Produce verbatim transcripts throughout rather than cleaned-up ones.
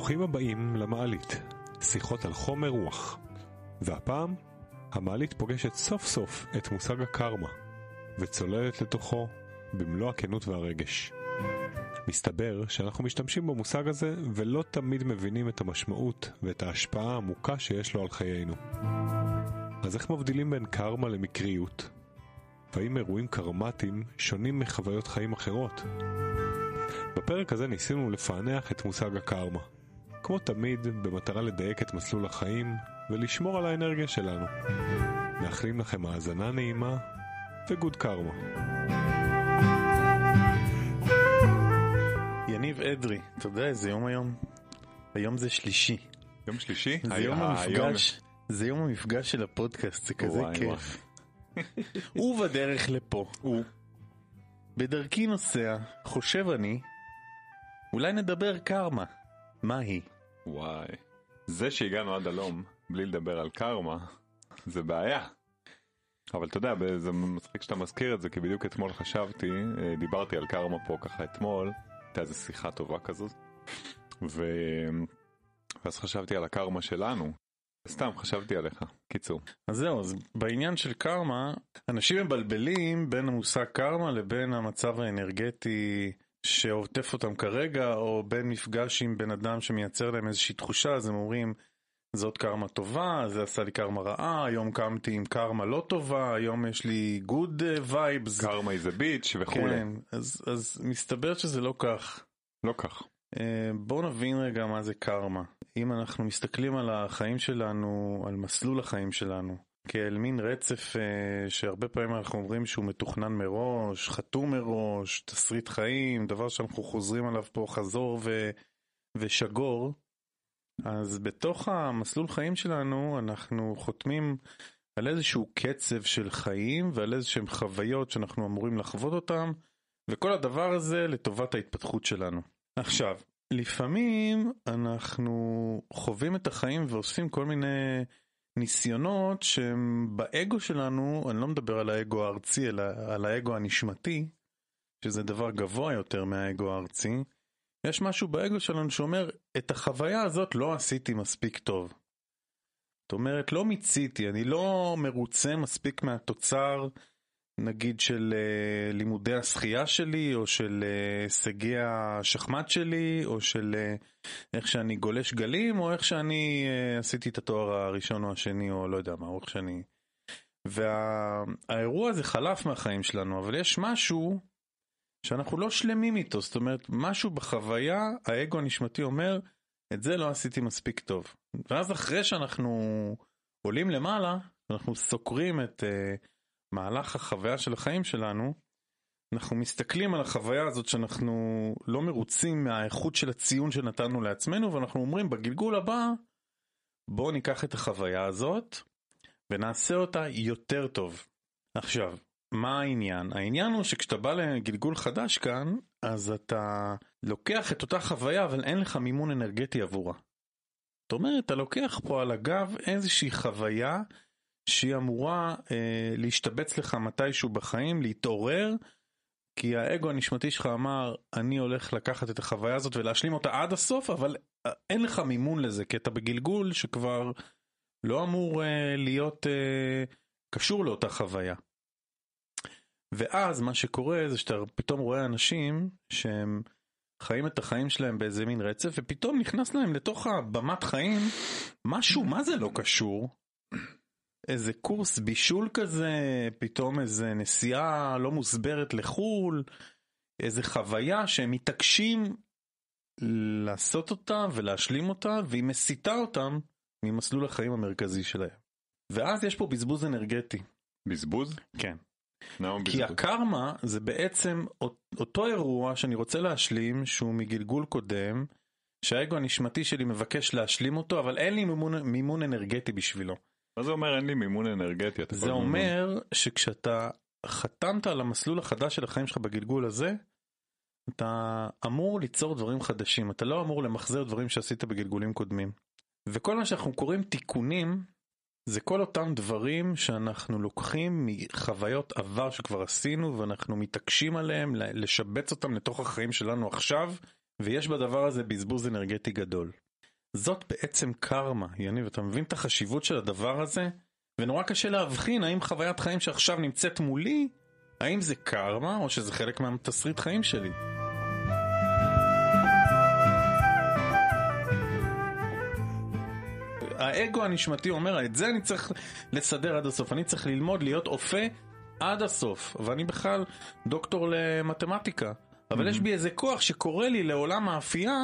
ברוכים הבאים למעלית, שיחות על חומר רוח. והפעם, המעלית פוגשת סוף סוף את מושג הקרמה, וצוללת לתוכו במלוא הכנות והרגש. מסתבר שאנחנו משתמשים במושג הזה ולא תמיד מבינים את המשמעות ואת ההשפעה העמוקה שיש לו על חיינו. אז איך מבדילים בין קרמה למקריות? והאם אירועים קרמטיים שונים מחוויות חיים אחרות? בפרק הזה ניסינו לפענח את מושג הקרמה, כמו תמיד במטרה לדייק את מסלול החיים ולשמור על האנרגיה שלנו. מאחלים לכם האזנה נעימה וגוד קרמה. יניב אדרי, אתה יודע איזה יום היום? היום זה שלישי. יום שלישי? זה יום המפגש, זה יום המפגש של הפודקאסט, זה כזה כיף. ובדרך לפה, בדרכי נוסע, חושב אני, אולי נדבר קרמה. מה היא? וואי, זה שהגענו עד הלום בלי לדבר על קרמה, זה בעיה. אבל אתה יודע, זה מצחיק שאתה מזכיר את זה, כי בדיוק אתמול חשבתי, דיברתי על קרמה פה ככה אתמול, הייתה איזו שיחה טובה כזאת, ו... ואז חשבתי על הקרמה שלנו, סתם חשבתי עליך, קיצור. אז זהו, אז בעניין של קרמה, אנשים מבלבלים בין המושג קרמה לבין המצב האנרגטי שעוטף אותם כרגע, או בין מפגש עם בן אדם שמייצר להם איזושהי תחושה, אז הם אומרים, זאת קרמה טובה, זה עשה לי קרמה רעה, היום קמתי עם קרמה לא טובה, היום יש לי good vibes. קרמה is a bitch וכו'. כן, אז, אז מסתבר שזה לא כך. לא כך. בואו נבין רגע מה זה קרמה. אם אנחנו מסתכלים על החיים שלנו, על מסלול החיים שלנו, כאל מין רצף שהרבה פעמים אנחנו אומרים שהוא מתוכנן מראש, חתום מראש, תסריט חיים, דבר שאנחנו חוזרים עליו פה חזור ו... ושגור, אז בתוך המסלול חיים שלנו אנחנו חותמים על איזשהו קצב של חיים ועל איזשהם חוויות שאנחנו אמורים לחוות אותם, וכל הדבר הזה לטובת ההתפתחות שלנו. עכשיו, לפעמים אנחנו חווים את החיים ועושים כל מיני ניסיונות שהם באגו שלנו, אני לא מדבר על האגו הארצי, אלא על האגו הנשמתי, שזה דבר גבוה יותר מהאגו הארצי. יש משהו באגו שלנו שאומר, את החוויה הזאת לא עשיתי מספיק טוב. זאת אומרת, לא מיציתי, אני לא מרוצה מספיק מהתוצר, נגיד של uh, לימודי השחייה שלי, או של הישגי uh, השחמט שלי, או של uh, איך שאני גולש גלים, או איך שאני uh, עשיתי את התואר הראשון או השני, או לא יודע מה, או איך שאני... והאירוע הזה חלף מהחיים שלנו, אבל יש משהו שאנחנו לא שלמים איתו, זאת אומרת, משהו בחוויה, האגו הנשמתי אומר, את זה לא עשיתי מספיק טוב. ואז אחרי שאנחנו עולים למעלה, אנחנו סוקרים את... Uh, מהלך החוויה של החיים שלנו, אנחנו מסתכלים על החוויה הזאת שאנחנו לא מרוצים מהאיכות של הציון שנתנו לעצמנו, ואנחנו אומרים בגלגול הבא, בואו ניקח את החוויה הזאת, ונעשה אותה יותר טוב. עכשיו, מה העניין? העניין הוא שכשאתה בא לגלגול חדש כאן, אז אתה לוקח את אותה חוויה, אבל אין לך מימון אנרגטי עבורה. זאת אומרת, אתה לוקח פה על הגב איזושהי חוויה, שהיא אמורה אה, להשתבץ לך מתישהו בחיים, להתעורר, כי האגו הנשמתי שלך אמר, אני הולך לקחת את החוויה הזאת ולהשלים אותה עד הסוף, אבל אין לך מימון לזה, כי אתה בגלגול שכבר לא אמור אה, להיות אה, קשור לאותה חוויה. ואז מה שקורה זה שאתה פתאום רואה אנשים שהם חיים את החיים שלהם באיזה מין רצף, ופתאום נכנס להם לתוך הבמת חיים משהו, מה זה לא קשור? איזה קורס בישול כזה, פתאום איזה נסיעה לא מוסברת לחול, איזה חוויה שהם מתעקשים לעשות אותה ולהשלים אותה, והיא מסיטה אותם ממסלול החיים המרכזי שלהם. ואז יש פה בזבוז אנרגטי. בזבוז? כן. No, כי בזבוז. הקרמה זה בעצם אותו אירוע שאני רוצה להשלים, שהוא מגלגול קודם, שהאגו הנשמתי שלי מבקש להשלים אותו, אבל אין לי מימון, מימון אנרגטי בשבילו. מה זה אומר אין לי מימון אנרגטי? זה אומר מימון. שכשאתה חתמת על המסלול החדש של החיים שלך בגלגול הזה, אתה אמור ליצור דברים חדשים, אתה לא אמור למחזר דברים שעשית בגלגולים קודמים. וכל מה שאנחנו קוראים תיקונים, זה כל אותם דברים שאנחנו לוקחים מחוויות עבר שכבר עשינו, ואנחנו מתעקשים עליהם, לשבץ אותם לתוך החיים שלנו עכשיו, ויש בדבר הזה בזבוז אנרגטי גדול. זאת בעצם קרמה, יניב, אתה מבין את החשיבות של הדבר הזה? ונורא קשה להבחין האם חוויית חיים שעכשיו נמצאת מולי, האם זה קרמה או שזה חלק מהתסריט חיים שלי. האגו הנשמתי אומר, את זה אני צריך לסדר עד הסוף, אני צריך ללמוד להיות אופה עד הסוף, ואני בכלל דוקטור למתמטיקה, אבל mm-hmm. יש בי איזה כוח שקורא לי לעולם האפייה,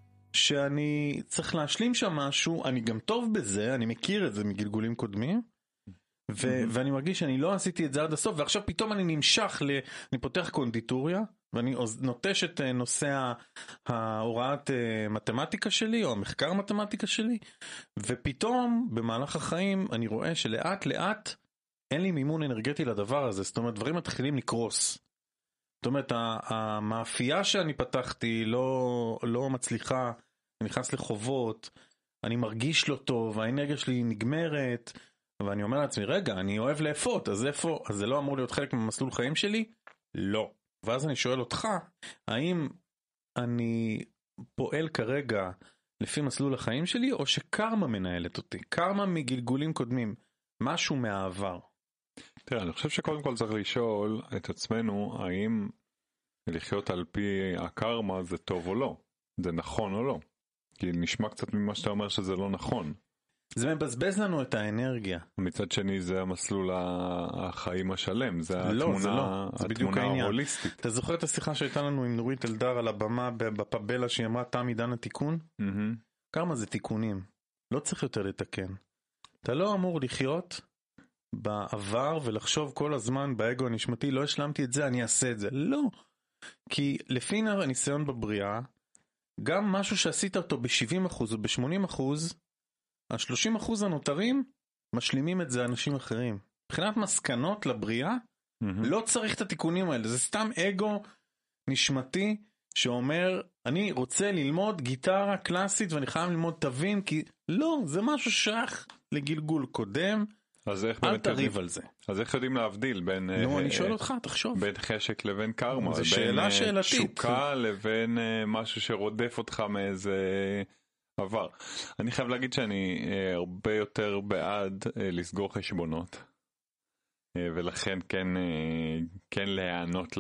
שאני צריך להשלים שם משהו, אני גם טוב בזה, אני מכיר את זה מגלגולים קודמים, ו- mm-hmm. ואני מרגיש שאני לא עשיתי את זה עד הסוף, ועכשיו פתאום אני נמשך, ל- אני פותח קונדיטוריה, ואני נוטש את נושא ההוראת מתמטיקה שלי, או המחקר מתמטיקה שלי, ופתאום במהלך החיים אני רואה שלאט לאט אין לי מימון אנרגטי לדבר הזה, זאת אומרת דברים מתחילים לקרוס. זאת אומרת המאפייה שאני פתחתי לא, לא מצליחה, אני נכנס לחובות, אני מרגיש לא טוב, האנרגיה שלי נגמרת, ואני אומר לעצמי, רגע, אני אוהב לאפות, אז איפה, אז זה לא אמור להיות חלק ממסלול חיים שלי? לא. ואז אני שואל אותך, האם אני פועל כרגע לפי מסלול החיים שלי, או שקרמה מנהלת אותי? קרמה מגלגולים קודמים, משהו מהעבר. תראה, אני חושב שקודם כל צריך לשאול את עצמנו, האם לחיות על פי הקרמה זה טוב או לא? זה נכון או לא? כי נשמע קצת ממה שאתה אומר שזה לא נכון. זה מבזבז לנו את האנרגיה. מצד שני זה המסלול החיים השלם, זה התמונה, לא, זה לא. זה התמונה ההוליסטית. אתה זוכר את השיחה שהייתה לנו עם נורית אלדר על הבמה בפבלה שהיא אמרה תם עידן התיקון? Mm-hmm. כמה זה תיקונים? לא צריך יותר לתקן. אתה לא אמור לחיות בעבר ולחשוב כל הזמן באגו הנשמתי, לא השלמתי את זה, אני אעשה את זה. לא. כי לפי הניסיון בבריאה, גם משהו שעשית אותו ב-שבעים אחוז או ב-שמונים אחוז, ה-שלושים אחוז הנותרים משלימים את זה אנשים אחרים. מבחינת מסקנות לבריאה, mm-hmm. לא צריך את התיקונים האלה. זה סתם אגו נשמתי שאומר, אני רוצה ללמוד גיטרה קלאסית ואני חייב ללמוד תווים, כי לא, זה משהו שייך לגלגול קודם. אז איך אל תריב על זה. אז איך יודעים להבדיל בין... נו, אני שואל אותך, תחשוב. בין חשק לבין קרמה. זו שאלה שאלתית. בין שוקה לבין משהו שרודף אותך מאיזה עבר. אני חייב להגיד שאני הרבה יותר בעד לסגור חשבונות. ולכן כן, כן להיענות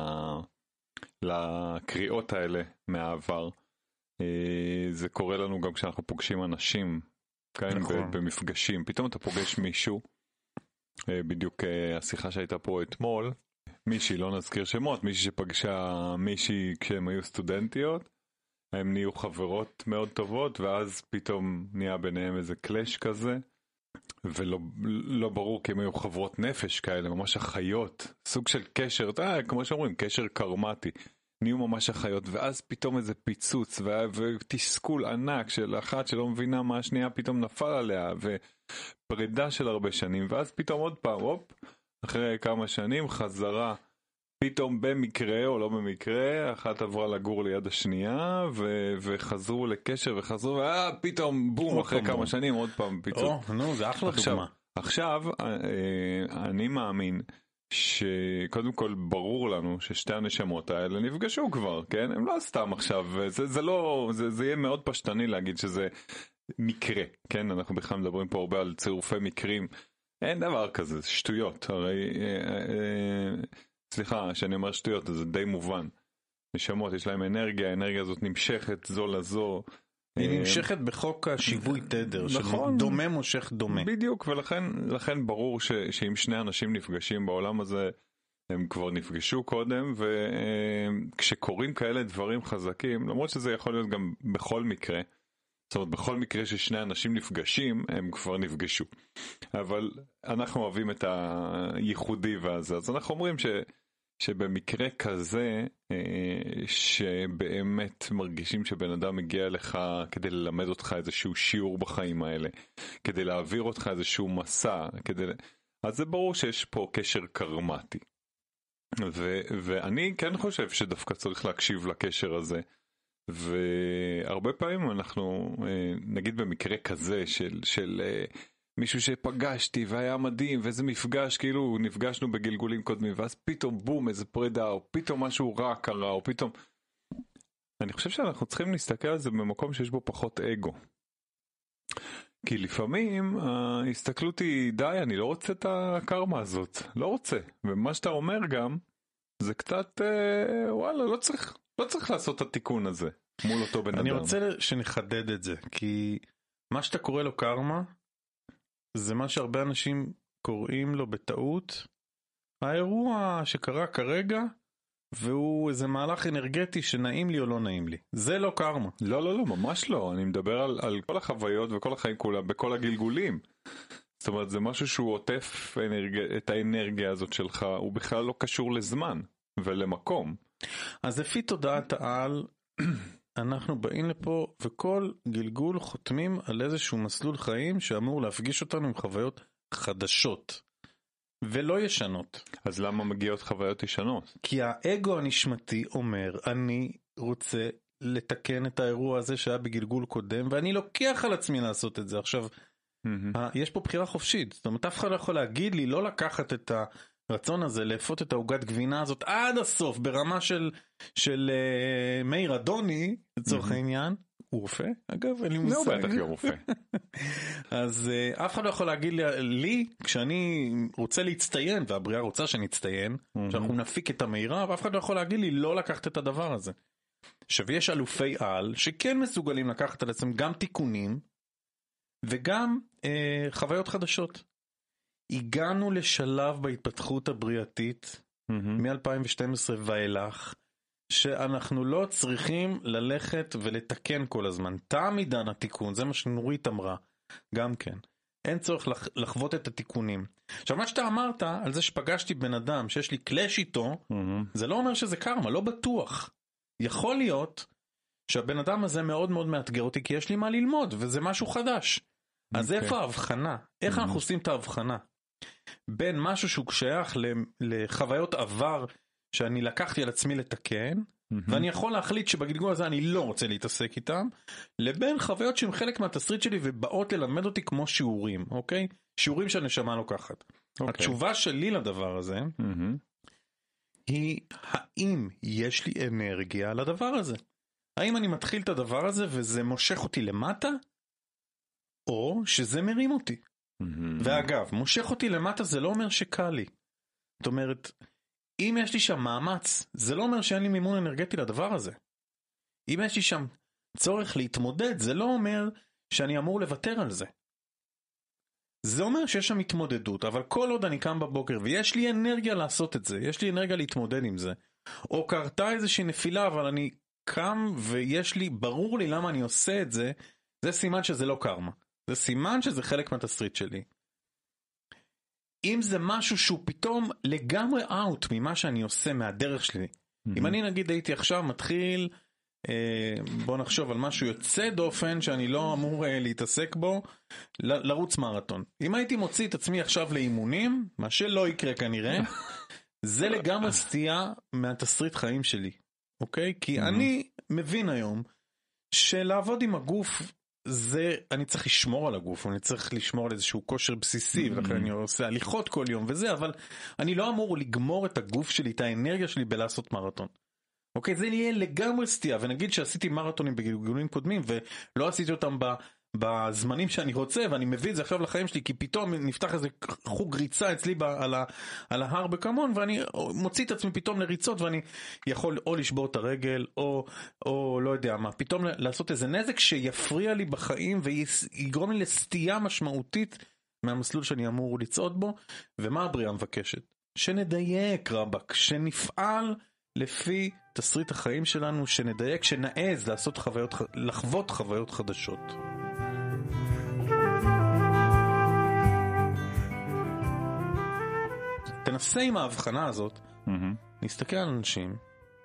לקריאות האלה מהעבר. זה קורה לנו גם כשאנחנו פוגשים אנשים. כאן נכון. במפגשים, פתאום אתה פוגש מישהו, בדיוק השיחה שהייתה פה אתמול, מישהי, לא נזכיר שמות, מישהי שפגשה מישהי כשהם היו סטודנטיות, הם נהיו חברות מאוד טובות, ואז פתאום נהיה ביניהם איזה קלאש כזה, ולא לא ברור כי הם היו חברות נפש כאלה, ממש החיות, סוג של קשר, אה, כמו שאומרים, קשר קרמטי. נהיו ממש החיות, ואז פתאום איזה פיצוץ, ותסכול ענק של אחת שלא מבינה מה השנייה פתאום נפל עליה, ופרידה של הרבה שנים, ואז פתאום עוד פעם, הופ, אחרי כמה שנים חזרה, פתאום במקרה או לא במקרה, אחת עברה לגור ליד השנייה, ו- וחזרו לקשר וחזרו, ופתאום בום, אחרי כמה בום. שנים עוד פעם פיצוץ. או, נו, זה אחלה עכשיו, דוגמה. עכשיו, אני מאמין, שקודם כל ברור לנו ששתי הנשמות האלה נפגשו כבר, כן? הם לא סתם עכשיו, זה, זה לא, זה, זה יהיה מאוד פשטני להגיד שזה מקרה, כן? אנחנו בכלל מדברים פה הרבה על צירופי מקרים, אין דבר כזה, שטויות, הרי, אה, אה, סליחה, שאני אומר שטויות, זה די מובן. נשמות, יש להם אנרגיה, האנרגיה הזאת נמשכת זו לזו, היא נמשכת בחוק השיווי תדר, נכון, דומה מושך דומה. בדיוק, ולכן לכן ברור ש, שאם שני אנשים נפגשים בעולם הזה, הם כבר נפגשו קודם, וכשקורים כאלה דברים חזקים, למרות שזה יכול להיות גם בכל מקרה, זאת אומרת, בכל מקרה ששני אנשים נפגשים, הם כבר נפגשו. אבל אנחנו אוהבים את הייחודי והזה, אז אנחנו אומרים ש... שבמקרה כזה, שבאמת מרגישים שבן אדם מגיע לך כדי ללמד אותך איזשהו שיעור בחיים האלה, כדי להעביר אותך איזשהו מסע, כדי... אז זה ברור שיש פה קשר קרמטי. ו... ואני כן חושב שדווקא צריך להקשיב לקשר הזה, והרבה פעמים אנחנו, נגיד במקרה כזה של... של מישהו שפגשתי והיה מדהים ואיזה מפגש, כאילו נפגשנו בגלגולים קודמים ואז פתאום בום איזה פרידה או פתאום משהו רע קרה או פתאום, אני חושב שאנחנו צריכים להסתכל על זה במקום שיש בו פחות אגו, כי לפעמים ההסתכלות היא, די, אני לא רוצה את הקרמה הזאת, לא רוצה. ומה שאתה אומר גם, זה קצת, אה, וואלה, לא צריך, לא צריך לעשות את התיקון הזה מול אותו בן אני אדם. אני רוצה שנחדד את זה, כי מה שאתה קורא לו קרמה, זה מה שהרבה אנשים קוראים לו בטעות, האירוע שקרה כרגע, והוא איזה מהלך אנרגטי שנעים לי או לא נעים לי. זה לא קרמה. לא, לא, לא, ממש לא. אני מדבר על, על כל החוויות וכל החיים כולם, בכל הגלגולים. זאת אומרת, זה משהו שהוא עוטף אנרג... את האנרגיה הזאת שלך, הוא בכלל לא קשור לזמן ולמקום. אז לפי תודעת העל, אנחנו באים לפה, וכל גלגול חותמים על איזשהו מסלול חיים שאמור להפגיש אותנו עם חוויות חדשות. ולא ישנות. אז למה מגיעות חוויות ישנות? כי האגו הנשמתי אומר, אני רוצה לתקן את האירוע הזה שהיה בגלגול קודם, ואני לוקח על עצמי לעשות את זה. עכשיו, mm-hmm. יש פה בחירה חופשית. זאת אומרת, אף אחד לא יכול להגיד לי לא לקחת את הרצון הזה, לאפות את העוגת גבינה הזאת עד הסוף, ברמה של, של uh, מאיר אדוני, לצורך mm-hmm. העניין. הוא רופא? אגב, אין לי מושג. לא, בטח לא רופא. אז uh, אף אחד לא יכול להגיד לי, לי, כשאני רוצה להצטיין, והבריאה רוצה שאני אצטיין, mm-hmm. שאנחנו נפיק את המהירה, ואף אחד לא יכול להגיד לי לא לקחת את הדבר הזה. עכשיו, יש אלופי על, שכן מסוגלים לקחת על עצמם גם תיקונים, וגם uh, חוויות חדשות. הגענו לשלב בהתפתחות הבריאתית, mm-hmm. מ-אלפיים ושתים עשרה ואילך, שאנחנו לא צריכים ללכת ולתקן כל הזמן. תם עידן התיקון, זה מה שנורית אמרה, גם כן. אין צורך לח... לחוות את התיקונים. עכשיו, מה שאתה אמרת על זה שפגשתי בן אדם שיש לי קלאש איתו, mm-hmm. זה לא אומר שזה קרמה, לא בטוח. יכול להיות שהבן אדם הזה מאוד מאוד מאתגר אותי, כי יש לי מה ללמוד, וזה משהו חדש. Okay. אז איפה ההבחנה? איך mm-hmm. אנחנו עושים את ההבחנה? בין משהו שהוא שייך לחוויות עבר, שאני לקחתי על עצמי לתקן, mm-hmm. ואני יכול להחליט שבגלגול הזה אני לא רוצה להתעסק איתם, לבין חוויות שהן חלק מהתסריט שלי ובאות ללמד אותי כמו שיעורים, אוקיי? שיעורים שהנשמה לוקחת. אוקיי. התשובה שלי לדבר הזה, mm-hmm. היא האם יש לי אנרגיה לדבר הזה? האם אני מתחיל את הדבר הזה וזה מושך אותי למטה, או שזה מרים אותי? Mm-hmm. ואגב, מושך אותי למטה זה לא אומר שקל לי. זאת אומרת, אם יש לי שם מאמץ, זה לא אומר שאין לי מימון אנרגטי לדבר הזה. אם יש לי שם צורך להתמודד, זה לא אומר שאני אמור לוותר על זה. זה אומר שיש שם התמודדות, אבל כל עוד אני קם בבוקר, ויש לי אנרגיה לעשות את זה, יש לי אנרגיה להתמודד עם זה, או קרתה איזושהי נפילה, אבל אני קם ויש לי, ברור לי למה אני עושה את זה, זה סימן שזה לא קרמה. זה סימן שזה חלק מהתסריט שלי. אם זה משהו שהוא פתאום לגמרי אאוט ממה שאני עושה מהדרך שלי. Mm-hmm. אם אני נגיד הייתי עכשיו מתחיל, אה, בוא נחשוב על משהו יוצא דופן שאני לא אמור אה, להתעסק בו, ל- לרוץ מרתון. אם הייתי מוציא את עצמי עכשיו לאימונים, מה שלא יקרה כנראה, זה לגמרי סטייה מהתסריט חיים שלי. אוקיי? כי mm-hmm. אני מבין היום שלעבוד עם הגוף, זה, אני צריך לשמור על הגוף, אני צריך לשמור על איזשהו כושר בסיסי, mm-hmm. ולכן אני עושה הליכות כל יום וזה, אבל אני לא אמור לגמור את הגוף שלי, את האנרגיה שלי בלעשות מרתון. אוקיי, זה יהיה לגמרי סטייה, ונגיד שעשיתי מרתונים בגלגולים קודמים, ולא עשיתי אותם ב, בזמנים שאני רוצה, ואני מביא את זה עכשיו לחיים שלי, כי פתאום נפתח איזה חוג ריצה אצלי ב, על, ה, על ההר בקמון, ואני מוציא את עצמי פתאום לריצות, ואני יכול או לשבור את הרגל, או, או לא יודע מה, פתאום לעשות איזה נזק שיפריע לי בחיים, ויגרום לי לסטייה משמעותית מהמסלול שאני אמור לצעוד בו. ומה הבריאה מבקשת? שנדייק רבק, שנפעל לפי תסריט החיים שלנו, שנדייק, שנעז לעשות חוויות, לחוות חוויות חדשות. תנסה עם ההבחנה הזאת, mm-hmm. נסתכל על אנשים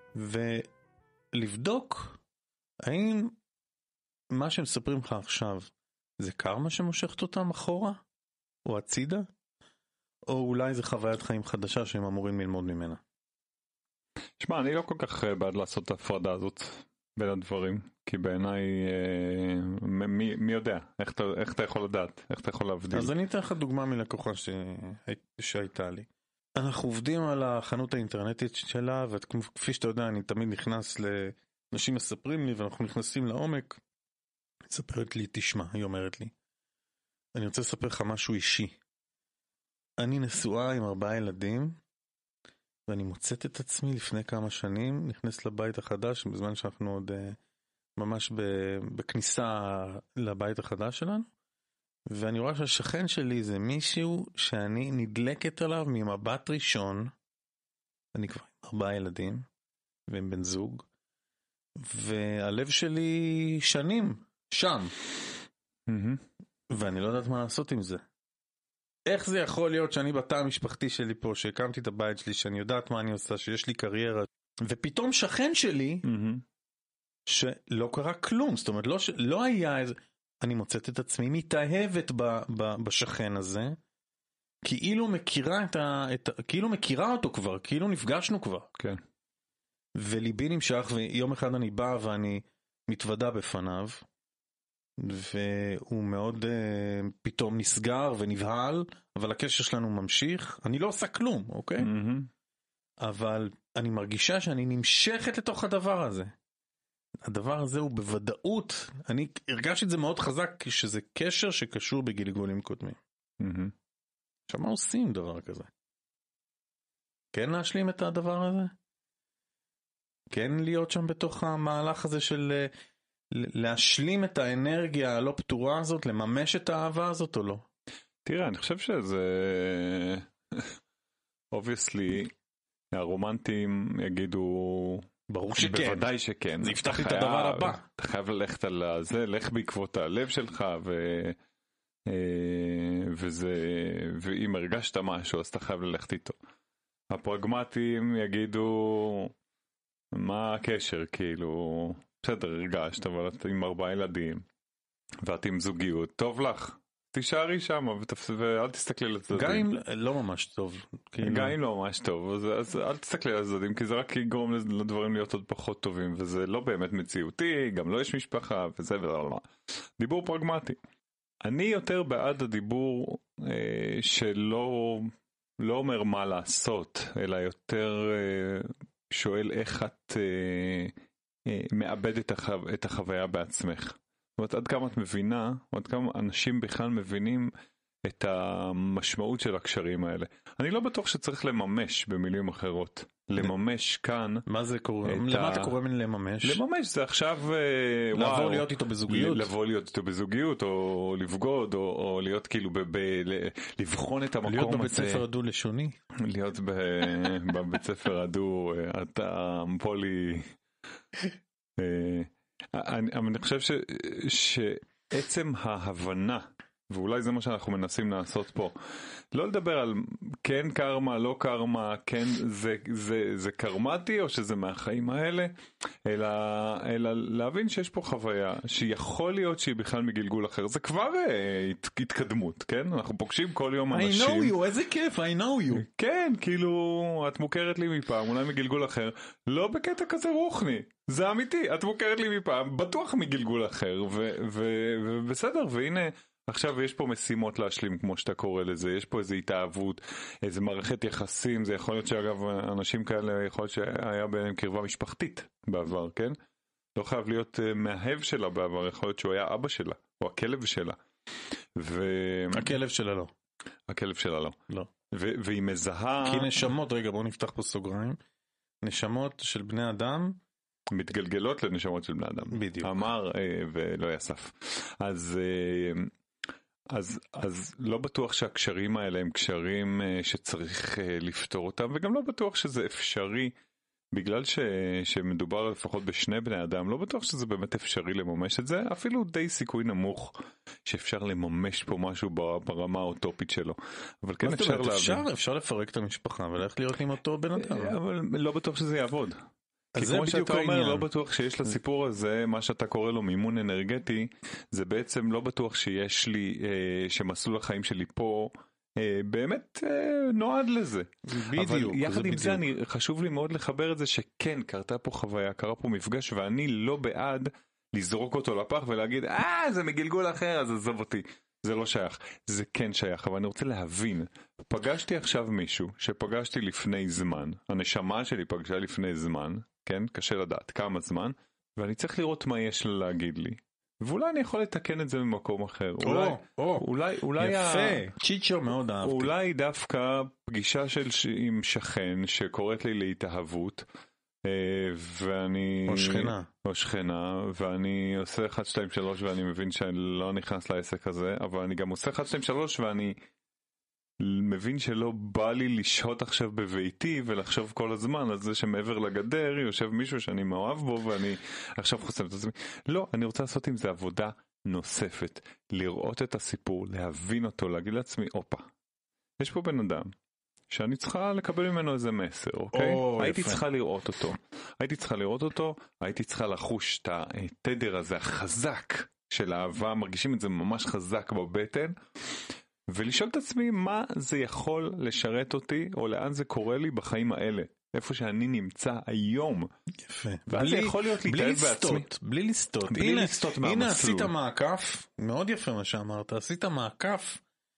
ולבדוק האם מה שהם מספרים לך עכשיו זה קרמה שמושכת אותם אחורה או הצידה, או אולי זה חוויית חיים חדשה שהם אמורים ללמוד ממנה. שמע, אני לא כל כך בעד לעשות את ההפרדה הזאת בין הדברים, כי בעיניי מי, מי יודע איך אתה, איך אתה יכול לדעת, איך אתה יכול להבדיל. אז אני אתן לך דוגמה מלקוחה ש... שהייתה לי. אנחנו עובדים על החנות האינטרנטית שלה, וכפי שאתה יודע, אני תמיד נכנס לאנשים מספרים לי, ואנחנו נכנסים לעומק, ספרת לי, תשמע, היא אומרת לי, אני רוצה לספר לך משהו אישי. אני נשואה עם ארבעה ילדים, ואני מוצאת את עצמי לפני כמה שנים, נכנס לבית החדש, בזמן שאנחנו עוד ממש בכניסה לבית החדש שלנו, ואני רואה שהשכן שלי זה מישהו שאני נדלקת עליו ממבט ראשון, אני כבר עם ארבעה ילדים, ועם בן זוג, והלב שלי שנים, שם. ואני לא יודעת מה לעשות עם זה. איך זה יכול להיות שאני בתא המשפחתי שלי פה, שהקמתי את הבית שלי, שאני יודעת מה אני עושה, שיש לי קריירה, ופתאום שכן שלי, שלא קרה כלום, זאת אומרת, לא, לא היה איזה, אני מוצאת את עצמי מתאהבת ב, ב, בשכן הזה, כאילו מכירה את ה, את, כאילו מכירה אותו כבר, כאילו נפגשנו כבר. כן. וליבי נמשך, ויום אחד אני בא ואני מתוודה בפניו, והוא מאוד uh, פתאום נסגר ונבהל, אבל הקשר שלנו ממשיך, אני לא עושה כלום, אוקיי? Mm-hmm. אבל אני מרגישה שאני נמשכת לתוך הדבר הזה. הדבר הזה הוא בוודאות, אני הרגשתי את זה מאוד חזק, שזה קשר שקשור בגלגולים קודמים. Mm-hmm. עכשיו מה עושים דבר כזה? כן להשלים את הדבר הזה? כן להיות שם בתוך המהלך הזה של להשלים את האנרגיה הלא פתורה הזאת, לממש את האהבה הזאת או לא? תראה, אני חושב שזה obviously הרומנטים יגידו ברור שכן, בוודאי שכן, זה יפתח לי את הדבר הבא, אתה חייב ללכת על זה, לך בעקבות הלב שלך, ו... וזה, ואם הרגשת משהו אז אתה חייב ללכת איתו. הפרגמטים יגידו מה הקשר, כאילו בסדר, הרגשת, אבל את עם ארבעה ילדים ואת עם זוגיות, טוב לך, תישארי שם ואל תסתכלי לצדדים. גם אם לא ממש טוב, גם אם לא ממש טוב, אז, אז אל תסתכלי לצדדים, כי זה רק יגרום לדברים להיות עוד פחות טובים, וזה לא באמת מציאותי, גם לא יש משפחה וזה ולא. דיבור פרגמטי. אני יותר בעד הדיבור אה, שלא לא אומר מה לעשות, אלא יותר אה, שואל איך את אה, אה, מאבדת את, החו, את החוויה בעצמך. זאת אומרת, עד כמה את מבינה, עד כמה אנשים בכלל מבינים את המשמעות של הקשרים האלה. אני לא בטוח שצריך לממש במילים אחרות. לממש כאן. מה זה קורה? למה אתה קורא מן לממש? לממש זה עכשיו לעבור להיות איתו בזוגיות. לבוא להיות איתו בזוגיות, או לבגוד, או להיות כאילו לבחון את המקום הזה. להיות בבית ספר הדו לשוני. להיות בבית ספר הדו, אתה פולי. אני חושב שעצם ההבנה, ואולי זה מה שאנחנו מנסים לעשות פה, לא לדבר על כן קרמה, לא קרמה, כן זה, זה, זה קרמטי או שזה מהחיים האלה, אלא, אלא להבין שיש פה חוויה שיכול להיות שהיא בכלל מגלגול אחר. זה כבר אה, הת, התקדמות, כן? אנחנו פוגשים כל יום אנשים. I know you, איזה כיף, I know you. כן, כאילו, את מוכרת לי מפעם, אולי מגלגול אחר, לא בקטע כזה רוחני. זה אמיתי, את מוכרת לי מפעם, בטוח מגלגול אחר, ו, ו, ובסדר, והנה, עכשיו יש פה משימות להשלים, כמו שאתה קורא לזה, יש פה איזו התאהבות, איזו מערכת יחסים, זה יכול להיות שאגב, אנשים כאלה, יכול להיות שהיה ביניהם קרבה משפחתית בעבר, כן? לא חייב להיות מאהב שלה בעבר, יכול להיות שהוא היה אבא שלה, או הכלב שלה. ו... הכלב שלה לא. הכלב שלה לא. לא. ו... והיא מזהה... כי נשמות, רגע, בואו נפתח פה סוגריים, נשמות של בני אדם, מתגלגלות לנשמות של בני אדם. בדיוק. אמר ולא יסף. אז... אז, אז לא בטוח שהקשרים האלה הם קשרים שצריך לפתור אותם, וגם לא בטוח שזה אפשרי, בגלל ש, שמדובר לפחות בשני בני אדם, לא בטוח שזה באמת אפשרי לממש את זה, אפילו די סיכוי נמוך שאפשר לממש פה משהו ברמה האוטופית שלו. אבל כן אפשר להבין. אפשר, אפשר לפרק את המשפחה וללכת להיות עם אותו בן אדם. אבל לא בטוח שזה יעבוד. כי כמו שאתה אומר, לא בטוח שיש לסיפור הזה, מה שאתה קורא לו מימון אנרגטי, זה בעצם לא בטוח שיש לי, שמסלול החיים שלי פה, באמת נועד לזה. בדיוק. אבל יחד עם זה, חשוב לי מאוד לחבר את זה שכן, קרתה פה חוויה, קרה פה מפגש, ואני לא בעד לזרוק אותו לפח ולהגיד, אה, זה מגלגול אחר, אז עזוב אותי. זה לא שייך, זה כן שייך, אבל אני רוצה להבין, פגשתי עכשיו מישהו שפגשתי לפני זמן, הנשמה שלי פגשה לפני זמן, כן, קשה לדעת כמה זמן, ואני צריך לראות מה יש לה להגיד לי, ואולי אני יכול לתקן את זה ממקום אחר. או, אולי, או, אולי, אולי יפה, ה... צ'יצ'ו מאוד אהבתי. אולי דווקא פגישה של ש... עם שכן שקוראת לי להתאהבות, ואני... או שכנה. או שכנה, ואני עושה אחת, שתיים, שלוש, ואני מבין שאני לא נכנס לעסק הזה, אבל אני גם עושה אחת, שתיים, שלוש, ואני מבין שלא בא לי לשהות עכשיו בביתי ולחשוב כל הזמן על זה שמעבר לגדר יושב מישהו שאני מאוהב בו ואני עכשיו חוסם את עצמי. לא, אני רוצה לעשות עם זה עבודה נוספת, לראות את הסיפור, להבין אותו, להגיד לעצמי, אופה, יש פה בן אדם שאני צריכה לקבל ממנו איזה מסר, אוקיי? או, הייתי יפה. צריכה לראות אותו. הייתי צריכה לראות אותו, הייתי צריכה לחוש את התדר הזה החזק של האהבה, מרגישים את זה ממש חזק בבטן, ולשאול את עצמי מה זה יכול לשרת אותי, או לאן זה קורה לי בחיים האלה. איפה שאני נמצא היום. יפה. ואז זה יכול להיות להתאהב בעצמי. בלי לסטות. בלי הנה, לסטות מהמסלול. הנה עשית מעקף, מאוד יפה מה שאמרת, עשית מעקף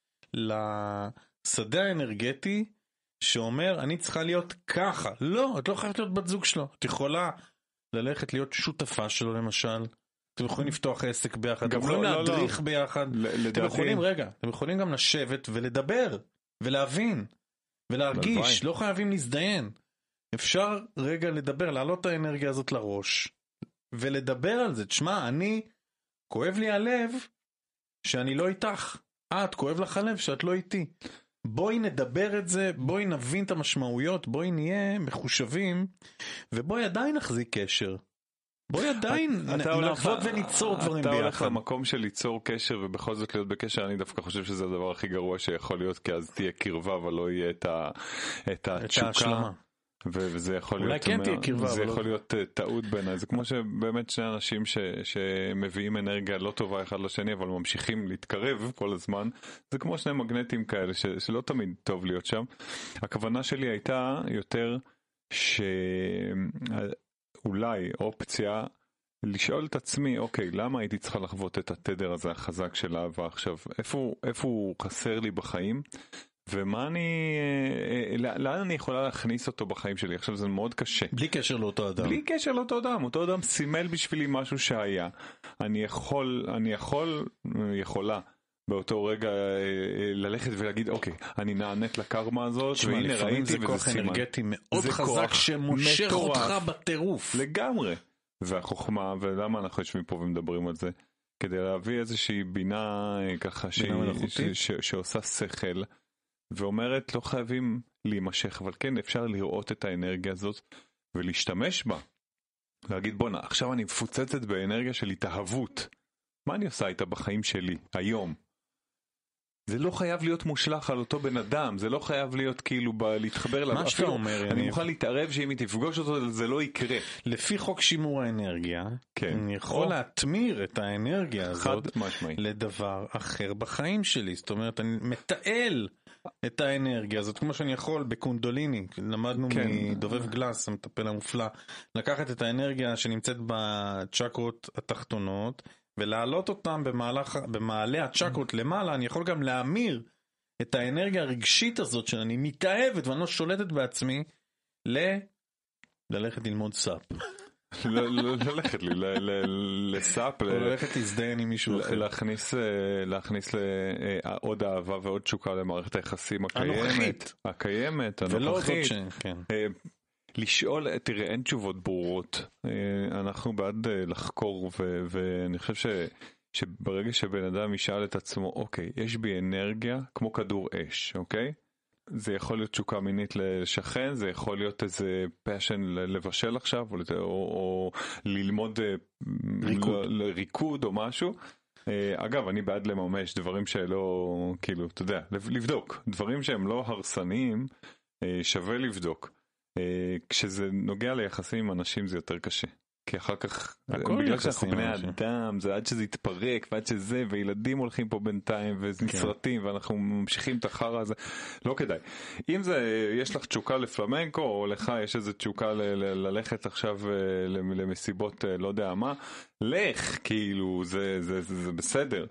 לשדה האנרגטי, שאומר אני צריכה להיות ככה. לא, את לא חייבת להיות בת זוג שלו. את יכולה ללכת להיות שותפה שלו למשל. אתם יכולים לפתוח עסק ביחד, אתם יכולים לא, להדריך לא. ביחד. לדעתי... אתם יכולים, רגע, אתם יכולים גם לשבת ולדבר, ולהבין, ולהרגיש, לא חייבים להזדיין. אפשר רגע לדבר, להעלות את האנרגיה הזאת לראש, ולדבר על זה. תשמע, אני, כואב לי הלב שאני לא איתך. את, כואב לך הלב שאת לא איתי. בואי נדבר את זה, בואי נבין את המשמעויות, בואי נהיה מחושבים, ובואי עדיין נחזיק קשר. בואי עדיין נעבוד וניצור דברים ביחד. אתה הולך למקום של ליצור קשר ובכל זאת להיות בקשר, אני דווקא חושב שזה הדבר הכי גרוע שיכול להיות, כי אז תהיה קרבה אבל לא יהיה את התשוקה. וזה יכול להיות, אולי כן תהיה קרבה, זה יכול להיות טעות בעיניי. זה כמו שבאמת שני אנשים שמביאים אנרגיה לא טובה אחד לשני, אבל ממשיכים להתקרב כל הזמן. זה כמו שני מגנטים כאלה שלא תמיד טוב להיות שם. הכוונה שלי הייתה יותר ש... אולי אופציה לשאול את עצמי, אוקיי, למה הייתי צריכה לחוות את התדר הזה החזק של אהבה עכשיו? איפה, איפה הוא חסר לי בחיים? ומה אני, לאן אני יכולה להכניס אותו בחיים שלי? עכשיו זה מאוד קשה. בלי קשר לאותו אדם. בלי קשר לאותו אדם. אותו אדם סימל בשבילי משהו שהיה. אני יכול, אני יכול, יכולה. באותו רגע ללכת ולהגיד אוקיי, אני נענית לקרמה הזאת, והנה ראיתי זה כוח אנרגטי מאוד חזק שמושך אותך בטירוף. לגמרי. והחוכמה, ולמה אנחנו יושבים פה ומדברים על זה? כדי להביא איזושהי בינה ככה שעושה שכל, ואומרת לא חייבים להימשך, אבל כן אפשר לראות את האנרגיה הזאת ולהשתמש בה. להגיד בוא, עכשיו אני מפוצצת באנרגיה של התאהבות. מה אני עושה איתה בחיים שלי היום? זה לא חייב להיות מושלח על אותו בן אדם, זה לא חייב להיות כאילו ב- להתחבר אליו. מה שאתה אומר, אני מוכן להתערב שאם היא תפגוש אותו זה לא יקרה. לפי חוק שימור האנרגיה, כן. אני יכול או... להתמיר את האנרגיה הזאת משמעי. לדבר אחר בחיים שלי. זאת אומרת, אני מתעל את האנרגיה הזאת, כמו שאני יכול בקונדוליני, למדנו כן. מדובב גלס, המטפל המופלא, לקחת את האנרגיה שנמצאת בצ'קרות התחתונות, ולהעלות אותם במהלך, במעלה הצ'קרות למעלה. אני יכול גם להמיר את האנרגיה הרגשית הזאת שאני מתאהבת ואני לא שולטת בעצמי ל... ללכת ללמוד סאפ. ללכת לי לסאפ, ללכת להזדיין עם מישהו אחר, להכניס להכניס עוד אהבה ועוד תשוקה למערכת היחסים הקיימת, הקיימת, הנוכחית. לשאול, תראה, אין תשובות ברורות. אנחנו בעד לחקור, ואני חושב ש, שברגע שבן אדם ישאל את עצמו, אוקיי, יש בי אנרגיה כמו כדור אש, אוקיי? זה יכול להיות תשוקה מינית לשכן, זה יכול להיות איזה פשן לבשל עכשיו, או, או, או ללמוד ריקוד. ל, ריקוד או משהו. אגב, אני בעד לממש דברים שלא, כאילו, אתה יודע, לבדוק. דברים שהם לא הרסניים, שווה לבדוק. כשזה נוגע ליחסים עם אנשים זה יותר קשה, כי אחר כך בגלל שאנחנו בני אדם זה עד שזה יתפרק ועד שזה, וילדים הולכים פה בינתיים ונשרטים ואנחנו ממשיכים את החרא הזה, לא כדאי. אם זה יש לך תשוקה לפלמנקו או לך יש איזה תשוקה ללכת עכשיו למסיבות לא יודע מה, לך, כאילו זה, זה, זה, זה בסדר.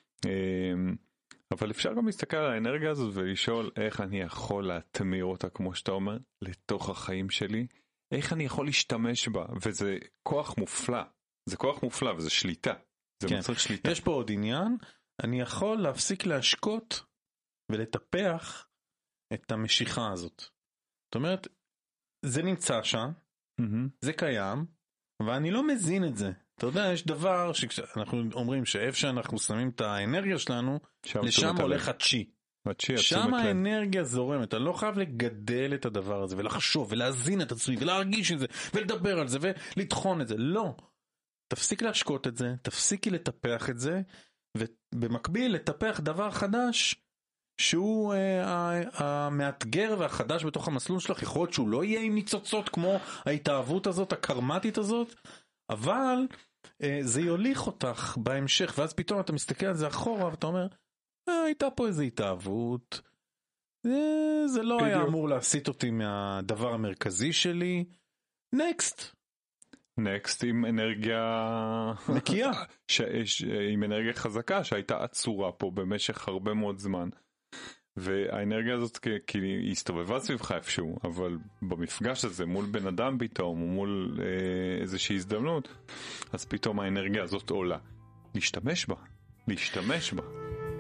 אבל אפשר גם להסתכל על האנרגיה הזאת ולשאול איך אני יכול להתמיר אותה, כמו שאתה אומר, לתוך החיים שלי, איך אני יכול להשתמש בה, וזה כוח מופלא, זה כוח מופלא וזה שליטה, זה כן. מצריך שליטה. יש פה עוד עניין, אני יכול להפסיק להשקות ולטפח את המשיכה הזאת. זאת אומרת, זה נמצא שם, Mm-hmm. זה קיים, ואני לא מזין את זה. אתה יודע, יש דבר שאנחנו אומרים שאיפה שאנחנו שמים את האנרגיה שלנו, לשם הולך הצ'י. שם האנרגיה זורמת. אתה לא חייב לגדל את הדבר הזה, ולחשוב, ולהזין את עצמי, ולהרגיש את זה, ולדבר על זה, ולטחון את זה. לא. תפסיק להשקות את זה, תפסיקי לטפח את זה, ובמקביל לטפח דבר חדש, שהוא אה, המאתגר והחדש בתוך המסלול שלך. יכול להיות שהוא לא יהיה עם ניצוצות כמו ההתאהבות הזאת, הקרמטית הזאת, אבל אה, זה יוליך אותך בהמשך, ואז פתאום אתה מסתכל על זה אחורה, ואתה אומר, אה, הייתה פה איזו התאהבות, זה, זה לא בדיוק. היה אמור להסיט אותי מהדבר המרכזי שלי, נקסט. נקסט עם אנרגיה נקייה. ש... ש... עם אנרגיה חזקה שהייתה עצורה פה במשך הרבה מאוד זמן. והאנרגיה הזאת כי היא הסתובבה סביבך איפשהו, אבל במפגש הזה מול בן אדם פתאום, או מול אה, איזושהי הזדמנות, אז פתאום האנרגיה הזאת עולה. להשתמש בה, להשתמש בה.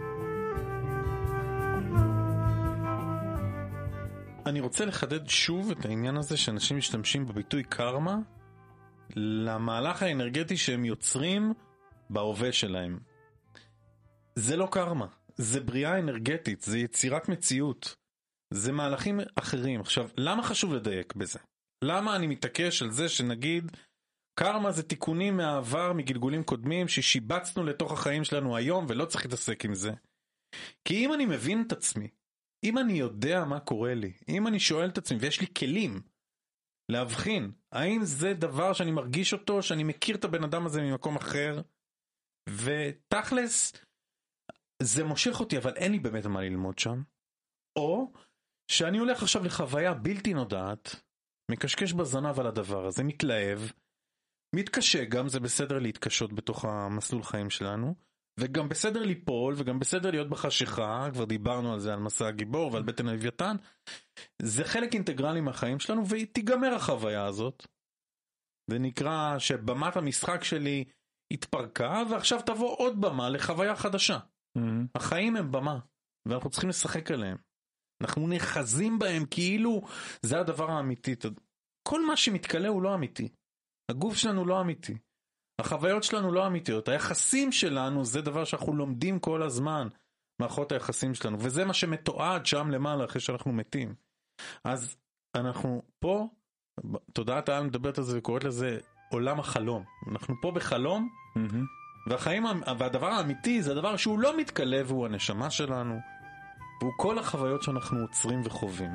אני רוצה לחדד שוב את העניין הזה שאנשים משתמשים בביטוי קרמה, למהלך האנרגטי שהם יוצרים בהווה שלהם. זה לא קרמה. זה בריאה אנרגטית, זה יצירת מציאות, זה מהלכים אחרים. עכשיו, למה חשוב לדייק בזה? למה אני מתעקש על זה שנגיד, קרמה זה תיקונים מהעבר, מגלגולים קודמים, ששיבצנו לתוך החיים שלנו היום, ולא צריך להתעסק עם זה? כי אם אני מבין את עצמי, אם אני יודע מה קורה לי, אם אני שואל את עצמי, ויש לי כלים להבחין, האם זה דבר שאני מרגיש אותו, שאני מכיר את הבן אדם הזה ממקום אחר, ותכלס, זה מושך אותי, אבל אין לי באמת מה ללמוד שם. או שאני הולך עכשיו לחוויה בלתי נודעת, מקשקש בזנב על הדבר הזה, מתלהב, מתקשה גם, זה בסדר להתקשות בתוך המסלול חיים שלנו, וגם בסדר ליפול, וגם בסדר להיות בחשיכה, כבר דיברנו על זה, על מסע הגיבור ועל בטן הלוויתן, זה חלק אינטגרלי מהחיים שלנו, ותיגמר החוויה הזאת. זה נקרא שבמת המשחק שלי התפרקה, ועכשיו תבוא עוד במה לחוויה חדשה. Mm-hmm. החיים הם במה, ואנחנו צריכים לשחק עליהם. אנחנו נחזים בהם כאילו זה הדבר האמיתי. כל מה שמתקלה הוא לא אמיתי. הגוף שלנו לא אמיתי. החוויות שלנו לא אמיתיות. היחסים שלנו זה דבר שאנחנו לומדים כל הזמן, מערכות היחסים שלנו, וזה מה שמתועד שם למעלה אחרי שאנחנו מתים. אז אנחנו פה, תודעת העל מדברת על זה וקוראת לזה עולם החלום. אנחנו פה בחלום, mm-hmm. והחיים, והדבר האמיתי זה הדבר שהוא לא מתקלה, והוא הנשמה שלנו, והוא כל החוויות שאנחנו עוצרים וחווים.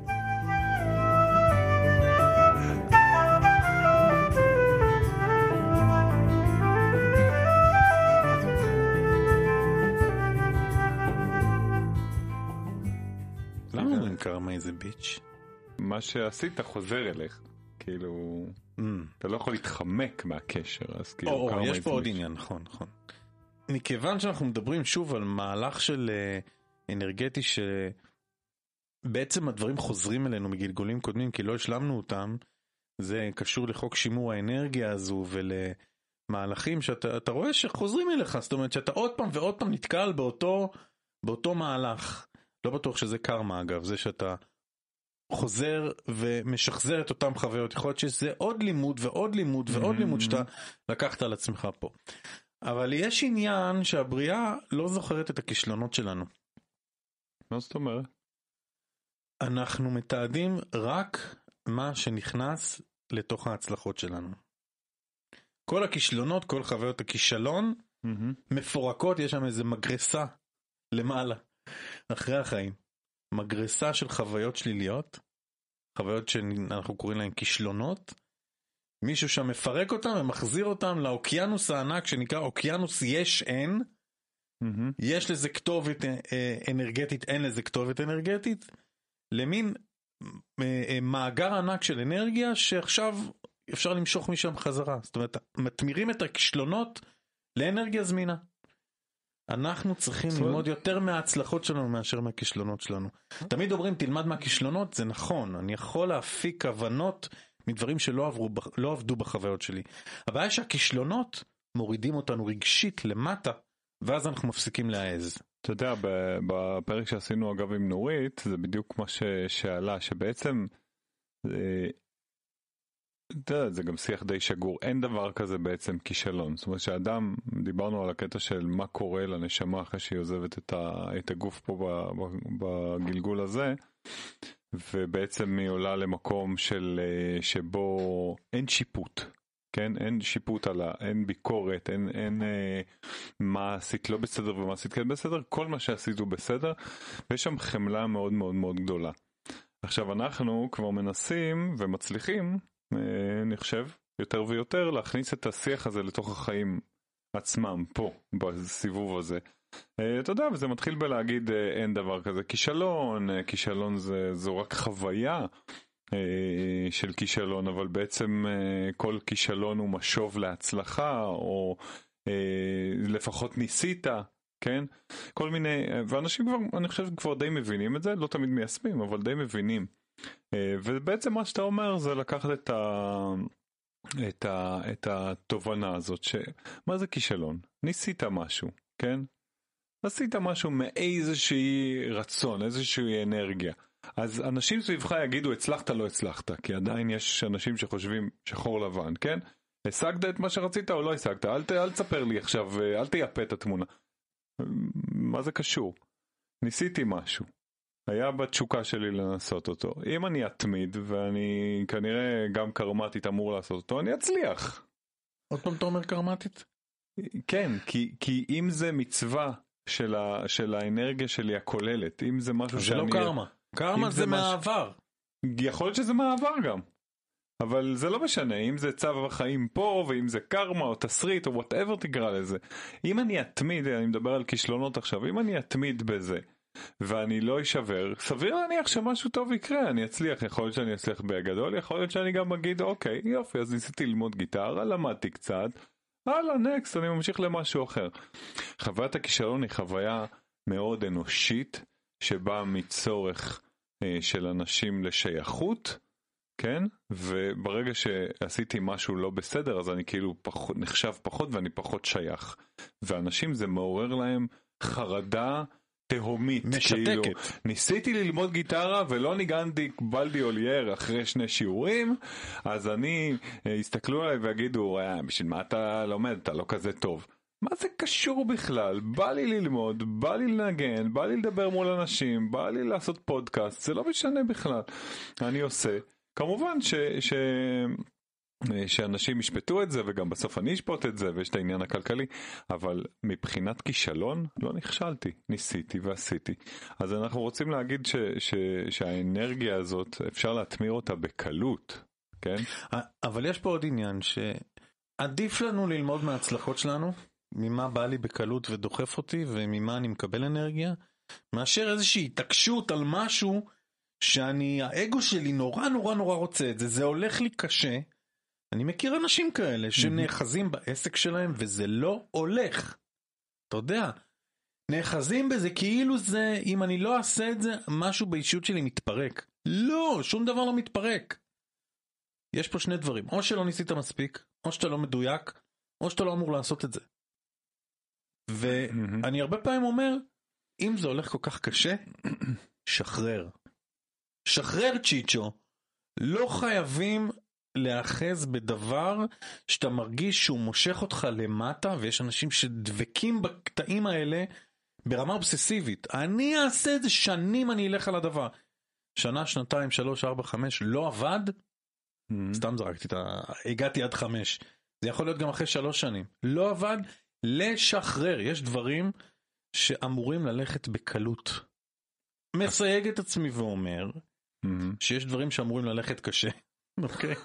למה אומרים קרמה איזה ביץ'? מה שעשית חוזר אליך, כאילו... אתה לא יכול להתחמק מהקשר, אז כאילו קרמה איזה ביץ'. יש פה עוד עניין, נכון, נכון. מכיוון שאנחנו מדברים שוב על מהלך של אנרגטי שבעצם הדברים חוזרים אלינו מגלגולים קודמים כי לא השלמנו אותם, זה קשור לחוק שימור האנרגיה הזו ולמהלכים שאתה אתה רואה שחוזרים אליך, זאת אומרת שאתה עוד פעם ועוד פעם נתקל באותו, באותו מהלך. לא בטוח שזה קרמה אגב, זה שאתה חוזר ומשחזר את אותם חוויות, יכול להיות שזה עוד לימוד ועוד לימוד ועוד לימוד שאתה לקחת על עצמך פה. אבל יש עניין שהבריאה לא זוכרת את הכישלונות שלנו. מה זאת אומרת? אנחנו מתעדים רק מה שנכנס לתוך ההצלחות שלנו. כל הכישלונות, כל חוויות הכישלון, mm-hmm. מפורקות, יש שם איזה מגרסה למעלה, אחרי החיים. מגרסה של חוויות שליליות, חוויות שאנחנו קוראים להן כישלונות, מישהו שם מפרק אותם ומחזיר אותם לאוקיינוס הענק שנקרא אוקיינוס יש אין, mm-hmm. יש לזה כתובת אה, אנרגטית, אין לזה כתובת אנרגטית, למין אה, אה, מאגר ענק של אנרגיה שעכשיו אפשר למשוך משם חזרה. זאת אומרת, מתמירים את הכישלונות לאנרגיה זמינה. אנחנו צריכים זאת... ללמוד יותר מההצלחות שלנו מאשר מהכישלונות שלנו. תמיד אומרים תלמד מהכישלונות, זה נכון, אני יכול להפיק הבנות מדברים שלא עברו, לא עבדו בחוויות שלי. הבעיה שהכישלונות מורידים אותנו רגשית למטה, ואז אנחנו מפסיקים להעז. אתה יודע, בפרק שעשינו אגב עם נורית, זה בדיוק מה שעלה, שבעצם, אתה יודע, זה גם שיח די שגור, אין דבר כזה בעצם כישלון. זאת אומרת שאדם, דיברנו על הקטע של מה קורה לנשמה אחרי שהיא עוזבת את, ה, את הגוף פה בגלגול הזה, ובעצם היא עולה למקום של, שבו אין שיפוט. כן, אין שיפוט עלה, אין ביקורת, אין, אין אה, מה עשית לא בסדר ומה עשית כן בסדר, כל מה שעשית הוא בסדר, ויש שם חמלה מאוד מאוד מאוד גדולה. עכשיו אנחנו כבר מנסים ומצליחים, אה, אני חושב, יותר ויותר להכניס את השיח הזה לתוך החיים עצמם, פה, בסיבוב הזה. אה, אתה יודע, וזה מתחיל בלהגיד אה, אין דבר כזה כישלון, אה, כישלון זה, זו רק חוויה, של כישלון, אבל בעצם כל כישלון הוא משוב להצלחה, או לפחות ניסית, כן? כל מיני, ואנשים כבר, אני חושב כבר די מבינים את זה, לא תמיד מיישמים, אבל די מבינים. ובעצם מה שאתה אומר זה לקחת את ה... את ה... את התובנה הזאת, שמה זה כישלון? ניסית משהו, כן? עשית משהו מאיזושהי רצון, איזושהי אנרגיה. אז אנשים סביבך יגידו, הצלחת לא הצלחת, כי עדיין יש אנשים שחושבים שחור לבן, כן? השגת את מה שרצית או לא השגת? אל, ת, אל תספר לי עכשיו, אל תייפה את התמונה. מה זה קשור? ניסיתי משהו. היה בתשוקה שלי לנסות אותו. אם אני אתמיד, ואני כנראה גם קרמטית אמור לעשות אותו, אני אצליח. עוד פעם אתה אומר קרמטית? כן, כי, כי אם זה מצווה של, ה, של האנרגיה שלי הכוללת, אם זה משהו שאני... זה לא קרמה. קרמה זה, זה מהעבר. יכול להיות שזה מהעבר גם. אבל זה לא משנה, אם זה צו החיים פה, ואם זה קרמה או תסריט או whatever תקרא לזה. אם אני אתמיד, אני מדבר על כישלונות עכשיו, אם אני אתמיד בזה, ואני לא אשבר, סביר להניח שמשהו טוב יקרה, אני אצליח, יכול להיות שאני אצליח בגדול, יכול להיות שאני גם אגיד, אוקיי, יופי, אז ניסיתי ללמוד גיטרה, למדתי קצת, הלאה, נקסט, אני ממשיך למשהו אחר. חוויית הכישלון היא חוויה מאוד אנושית, שבאה מצורך אה, של אנשים לשייכות, כן? וברגע שעשיתי משהו לא בסדר, אז אני כאילו פחות, נחשב פחות ואני פחות שייך. ואנשים זה מעורר להם חרדה תהומית. משתקת. כאילו, ניסיתי ללמוד גיטרה ולא ניגנתי בלדי אולייר אחרי שני שיעורים, אז אני, הסתכלו עליי ויגידו, אה, בשביל מה אתה לומד? אתה לא כזה טוב. מה זה קשור בכלל? בא לי ללמוד, בא לי לנגן, בא לי לדבר מול אנשים, בא לי לעשות פודקאסט, זה לא משנה בכלל. אני עושה. כמובן ש... ש... שאנשים ישפטו את זה, וגם בסוף אני אשפוט את זה, ויש את העניין הכלכלי, אבל מבחינת כישלון לא נכשלתי, ניסיתי ועשיתי. אז אנחנו רוצים להגיד ש... ש... שהאנרגיה הזאת, אפשר להתמיר אותה בקלות, כן? אבל יש פה עוד עניין, שעדיף לנו ללמוד מההצלחות שלנו, ממה בא לי בקלות ודוחף אותי, וממה אני מקבל אנרגיה, מאשר איזושהי התעקשות על משהו, שאני, האגו שלי נורא נורא נורא רוצה את זה, זה הולך לי קשה. אני מכיר אנשים כאלה שנאחזים בעסק שלהם וזה לא הולך. אתה יודע, נאחזים בזה כאילו זה, אם אני לא אעשה את זה, משהו באישיות שלי מתפרק. לא, שום דבר לא מתפרק. יש פה שני דברים, או שלא ניסית מספיק, או שאתה לא מדויק, או שאתה לא אמור לעשות את זה. ואני הרבה פעמים אומר, אם זה הולך כל כך קשה, שחרר. שחרר צ'יצ'ו, לא חייבים להאחז בדבר שאתה מרגיש שהוא מושך אותך למטה, ויש אנשים שדבקים בקטעים האלה ברמה אובססיבית. אני אעשה את זה שנים, אני אלך על הדבר. שנה, שנתיים, שלוש, ארבע, חמש, לא עבד, mm-hmm. סתם זרקתי את ה... הגעתי עד חמש. זה יכול להיות גם אחרי שלוש שנים. לא עבד, לשחרר. יש דברים שאמורים ללכת בקלות. מסייג את עצמי ואומר, שיש דברים שאמורים ללכת קשה. אוקיי.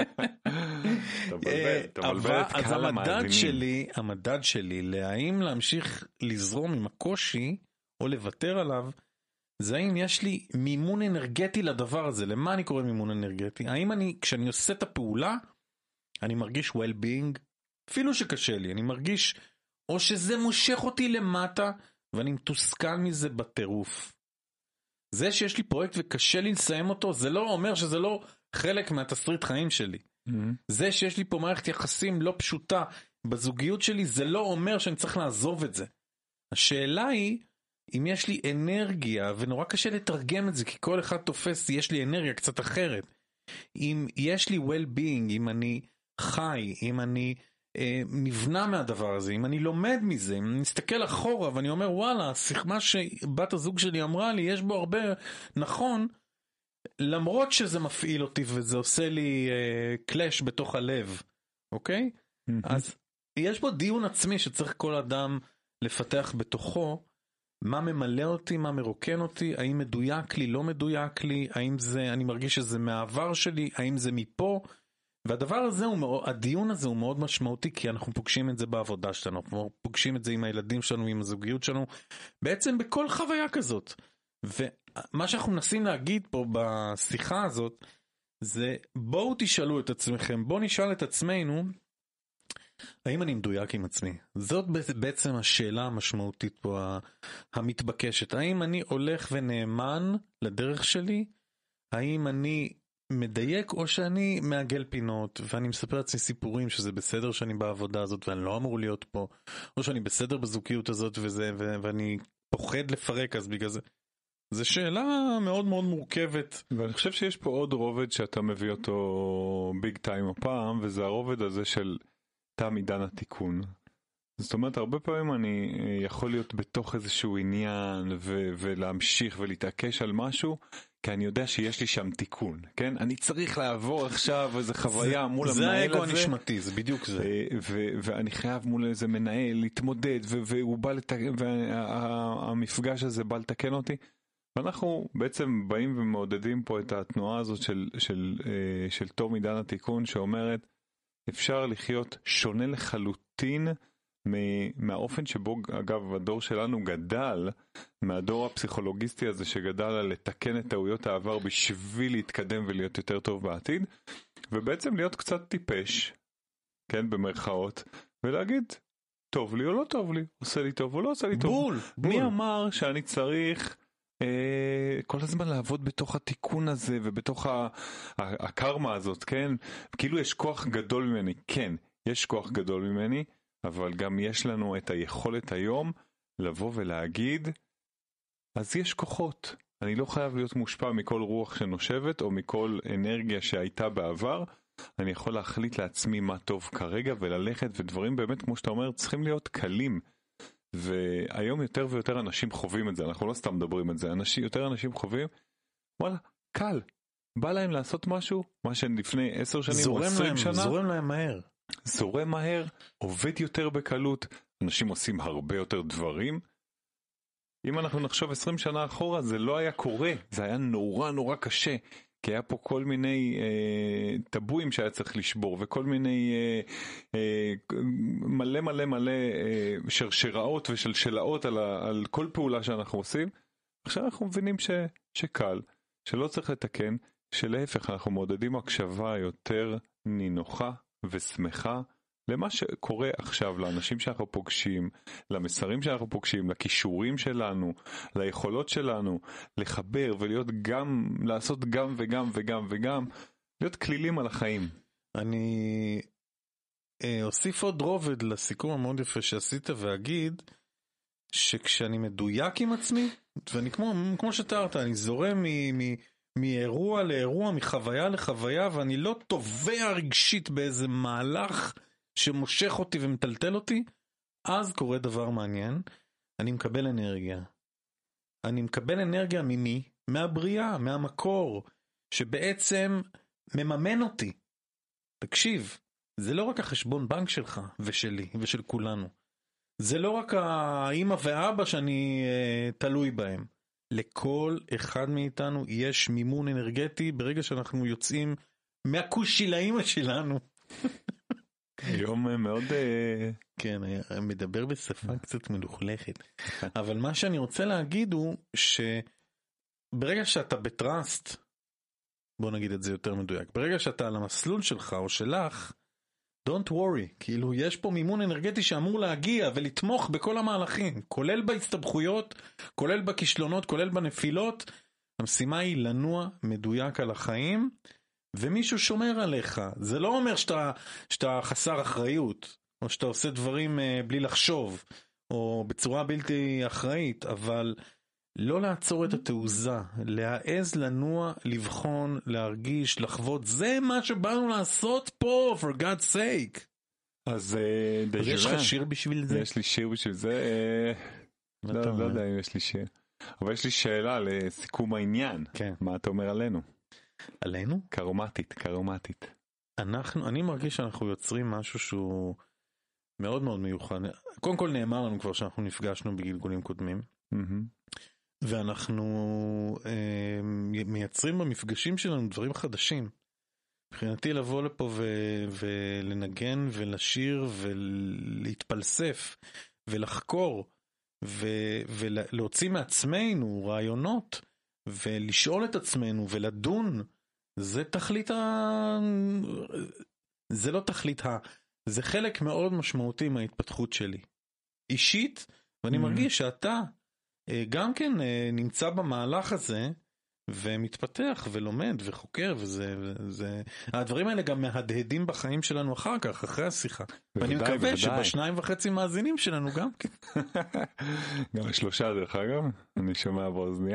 אז המדד שלי, המדד שלי, להאם להמשיך לזרום עם הקושי, או לוותר עליו, זה האם יש לי מימון אנרגטי לדבר הזה. למה אני קורא מימון אנרגטי? האם אני, כשאני עושה את הפעולה, אני מרגיש well-being, אפילו שקשה לי, אני מרגיש, או שזה מושך אותי למטה, ואני מתוסכל מזה בטירוף. זה שיש לי פרויקט וקשה לי לסיים אותו, זה לא אומר שזה לא חלק מהתסריט חיים שלי. Mm-hmm. זה שיש לי פה מערכת יחסים לא פשוטה בזוגיות שלי, זה לא אומר שאני צריך לעזוב את זה. השאלה היא, אם יש לי אנרגיה, ונורא קשה לתרגם את זה, כי כל אחד תופס, יש לי אנרגיה קצת אחרת. אם יש לי well-being, אם אני חי, אם אני אה, נבנה מהדבר הזה, אם אני לומד מזה, אם אני מסתכל אחורה, ואני אומר, וואלה, מה שבת הזוג שלי אמרה לי, יש בו הרבה נכון, למרות שזה מפעיל אותי, וזה עושה לי אה, קלאש בתוך הלב, אוקיי? Mm-hmm. אז יש פה דיון עצמי, שצריך כל אדם לפתח בתוכו, מה ממלא אותי, מה מרוקן אותי, האם מדויק לי, לא מדויק לי, האם זה, אני מרגיש שזה מהעבר שלי, האם זה מפה, והדבר הזה, הוא, הדיון הזה הוא מאוד משמעותי, כי אנחנו פוגשים את זה בעבודה שלנו, אנחנו פוגשים את זה עם הילדים שלנו, עם הזוגיות שלנו, בעצם בכל חוויה כזאת. ומה שאנחנו מנסים להגיד פה בשיחה הזאת, זה בואו תשאלו את עצמכם, בואו נשאל את עצמנו, האם אני מדויק עם עצמי? זאת בעצם השאלה המשמעותית פה, המתבקשת. האם אני הולך ונאמן לדרך שלי? האם אני מדייק או שאני מעגל פינות, ואני מספר לעצמי סיפורים שזה בסדר שאני בעבודה הזאת ואני לא אמור להיות פה, או שאני בסדר בזוגיות הזאת וזה, ו- ואני פוחד לפרק, אז בגלל זה. זו שאלה מאוד מאוד מורכבת. ואני חושב שיש פה עוד רובד שאתה מביא אותו ביג טיים הפעם, וזה הרובד הזה של תם עידן התיקון. זאת אומרת, הרבה פעמים אני יכול להיות בתוך איזשהו עניין ו- ולהמשיך ולהתעקש על משהו, כי אני יודע שיש לי שם תיקון, כן? אני צריך לעבור עכשיו איזו חוויה מול המנהל הזה. זה האגו הנשמתי, זה בדיוק זה. ו- ו- ואני חייב מול איזה מנהל להתמודד, ו- והוא בא לתקן, והמפגש הזה בא לתקן אותי. ואנחנו בעצם באים ומעודדים פה את התנועה הזאת של, של, של תום עידן התיקון, שאומרת, אפשר לחיות שונה לחלוטין מהאופן שבו, אגב, הדור שלנו גדל, מהדור הפסיכולוגיסטי הזה שגדל על לתקן את טעויות העבר בשביל להתקדם ולהיות יותר טוב בעתיד, ובעצם להיות קצת טיפש, כן, במרכאות, ולהגיד, טוב לי או לא טוב לי, עושה לי טוב או לא עושה לי טוב. בול, בול. מי אמר שאני צריך אה, כל הזמן לעבוד בתוך התיקון הזה ובתוך ה- ה- הקרמה הזאת, כן? כאילו יש כוח גדול ממני. כן, יש כוח גדול ממני, אבל גם יש לנו את היכולת היום לבוא ולהגיד, אז יש כוחות. אני לא חייב להיות מושפע מכל רוח שנושבת או מכל אנרגיה שהייתה בעבר. אני יכול להחליט לעצמי מה טוב כרגע וללכת, ודברים באמת, כמו שאתה אומר, צריכים להיות קלים. והיום יותר ויותר אנשים חווים את זה, אנחנו לא סתם מדברים את זה, אנשים, יותר אנשים חווים, וואלה, קל, בא להם לעשות משהו, מה שלפני עשר שנים או עשרים שנה, זורם להם מהר. זורם מהר, עובד יותר בקלות, אנשים עושים הרבה יותר דברים. אם אנחנו נחשוב עשרים שנה אחורה, זה לא היה קורה, זה היה נורא נורא קשה, כי היה פה כל מיני אה, טבועים שהיה צריך לשבור, וכל מיני אה, אה, מלא מלא מלא אה, שרשראות ושלשלאות על, ה, על כל פעולה שאנחנו עושים. עכשיו אנחנו מבינים ש, שקל, שלא צריך לתקן, שלהפך אנחנו מעודדים הקשבה יותר נינוחה ושמחה, למה שקורה עכשיו, לאנשים שאנחנו פוגשים, למסרים שאנחנו פוגשים, לכישורים שלנו, ליכולות שלנו, לחבר ולהיות גם, לעשות גם וגם וגם וגם, להיות כלילים על החיים. אני אה, אוסיף עוד רובד לסיכום המאוד יפה שעשית, ואגיד שכשאני מדויק עם עצמי, ואני כמו, כמו שתיארת, אני זורם מ... מ מאירוע לאירוע, מחוויה לחוויה, ואני לא תובע רגשית באיזה מהלך שמושך אותי ומטלטל אותי, אז קורה דבר מעניין, אני מקבל אנרגיה. אני מקבל אנרגיה ממי? מהבריאה, מהמקור, שבעצם מממן אותי. תקשיב, זה לא רק החשבון בנק שלך ושלי ושל כולנו. זה לא רק האמא ואבא שאני uh, תלוי בהם. לכל אחד מאיתנו יש מימון אנרגטי ברגע שאנחנו יוצאים מהכושי לאמא שלנו. היום מאוד... כן, מדבר בשפה קצת מלוכלכת. אבל מה שאני רוצה להגיד הוא שברגע שאתה בטרסט, בוא נגיד את זה יותר מדויק, ברגע שאתה על המסלול שלך או שלך, don't worry, כאילו יש פה מימון אנרגטי שאמור להגיע ולתמוך בכל המהלכים, כולל בהסתבכויות, כולל בכישלונות, כולל בנפילות. המשימה היא לנוע מדויק על החיים, ומישהו שומר עליך. זה לא אומר שאתה, שאתה חסר אחריות. או שאתה עושה דברים בלי לחשוב, או בצורה בלתי אחראית, אבל לא לעצור את התעוזה, להעז לנוע, לבחון, להרגיש, לחוות, זה מה שבאנו לעשות פה, for God's sake. אז יש לך שיר בשביל זה? יש לי שיר בשביל זה, לא יודע אם יש לי שיר, אבל יש לי שאלה לסיכום העניין. מה אתה אומר עלינו? עלינו? קרומטית, קרומטית. אנחנו, אני מרגיש שאנחנו יוצרים משהו שהוא מאוד מאוד מיוחד. קודם כל נאמר לנו כבר שאנחנו נפגשנו בגלגולים קודמים, ואנחנו אה, מייצרים במפגשים שלנו דברים חדשים. מבחינתי לבוא לפה ו- ולנגן ולשיר ולהתפלסף ולחקור ו- ולהוציא מעצמנו רעיונות ולשאול את עצמנו ולדון, זה תכלית ה... זה לא תכלית ה... זה חלק מאוד משמעותי מההתפתחות שלי. אישית, ואני mm-hmm. מרגיש שאתה גם כן נמצא במהלך הזה, ומתפתח ולומד וחוקר, וזה, זה... הדברים האלה גם מהדהדים בחיים שלנו אחר כך, אחרי השיחה. ואני מקווה בוודאי. שבשניים וחצי מאזינים שלנו גם כן. גם השלושה דרך אגב, אני שומע באוזניה.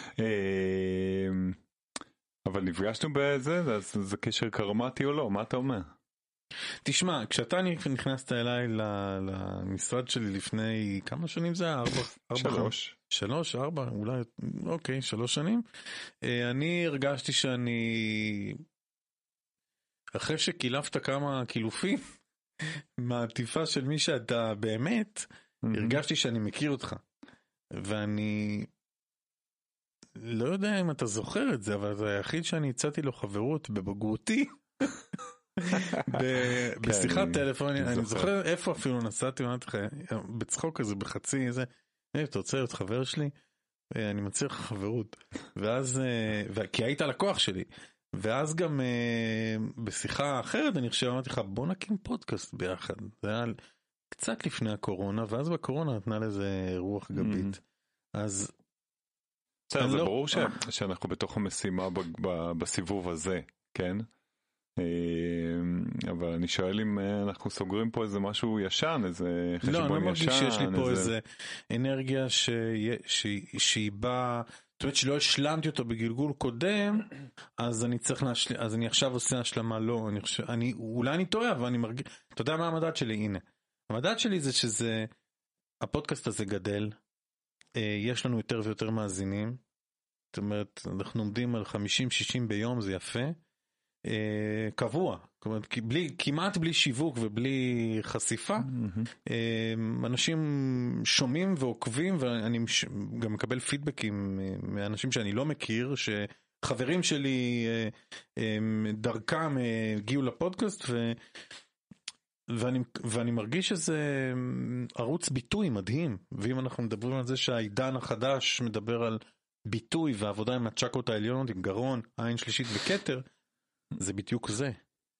אבל נפגשנו בזה, אז זה קשר קרומטי או לא? מה אתה אומר? תשמע, כשאתה נכנסת אליי למשרד שלי לפני כמה שנים זה? ארבע, ארבע, שלוש. שלוש, ארבע, אולי, אוקיי, שלוש שנים. אני הרגשתי שאני, אחרי שקילפת כמה קילופים, מהעטיפה של מי שאתה באמת, הרגשתי שאני מכיר אותך. ואני לא יודע אם אתה זוכר את זה, אבל זה היחיד שאני הצעתי לו חברות בבגרותי. בשיחת טלפון, אני זוכר איפה אפילו נסעתי, בצחוק כזה, בחצי איזה, אתה רוצה להיות חבר שלי? אני מציע לך חברות. ואז, כי היית לקוח שלי, ואז גם בשיחה אחרת אני חושב, אמרתי לך, בוא נקים פודקאסט ביחד. זה היה קצת לפני הקורונה, ואז בקורונה נתנה לזה רוח גבית. אז זה ברור שאנחנו בתוך המשימה בסיבוב הזה, כן? אבל אני שואל אם אנחנו סוגרים פה איזה משהו ישן, איזה חשבון ישן. לא, אני מרגיש שיש לי פה איזה אנרגיה שהיא באה, זאת אומרת שלא השלמתי אותו בגלגול קודם, אז אני צריך להשלים, אז אני עכשיו עושה השלמה, לא, אני חושב, אני, אולי אני טועה, אבל אני מרגיש, אתה יודע מה המדד שלי? הנה. המדד שלי זה שזה, הפודקאסט הזה גדל, יש לנו יותר ויותר מאזינים, זאת אומרת, אנחנו עומדים על חמישים שישים ביום, זה יפה, Uh, קבוע, בלי, כמעט בלי שיווק ובלי חשיפה, mm-hmm. uh, אנשים שומעים ועוקבים, ואני ש... גם מקבל פידבקים uh, מאנשים שאני לא מכיר, שחברים שלי uh, uh, דרכם uh, הגיעו לפודקאסט, ו... ואני, ואני מרגיש שזה ערוץ ביטוי מדהים, ואם אנחנו מדברים על זה שהעידן החדש מדבר על ביטוי ועבודה עם הצ'קות העליונות, עם גרון, עין שלישית וכתר, זה בדיוק זה.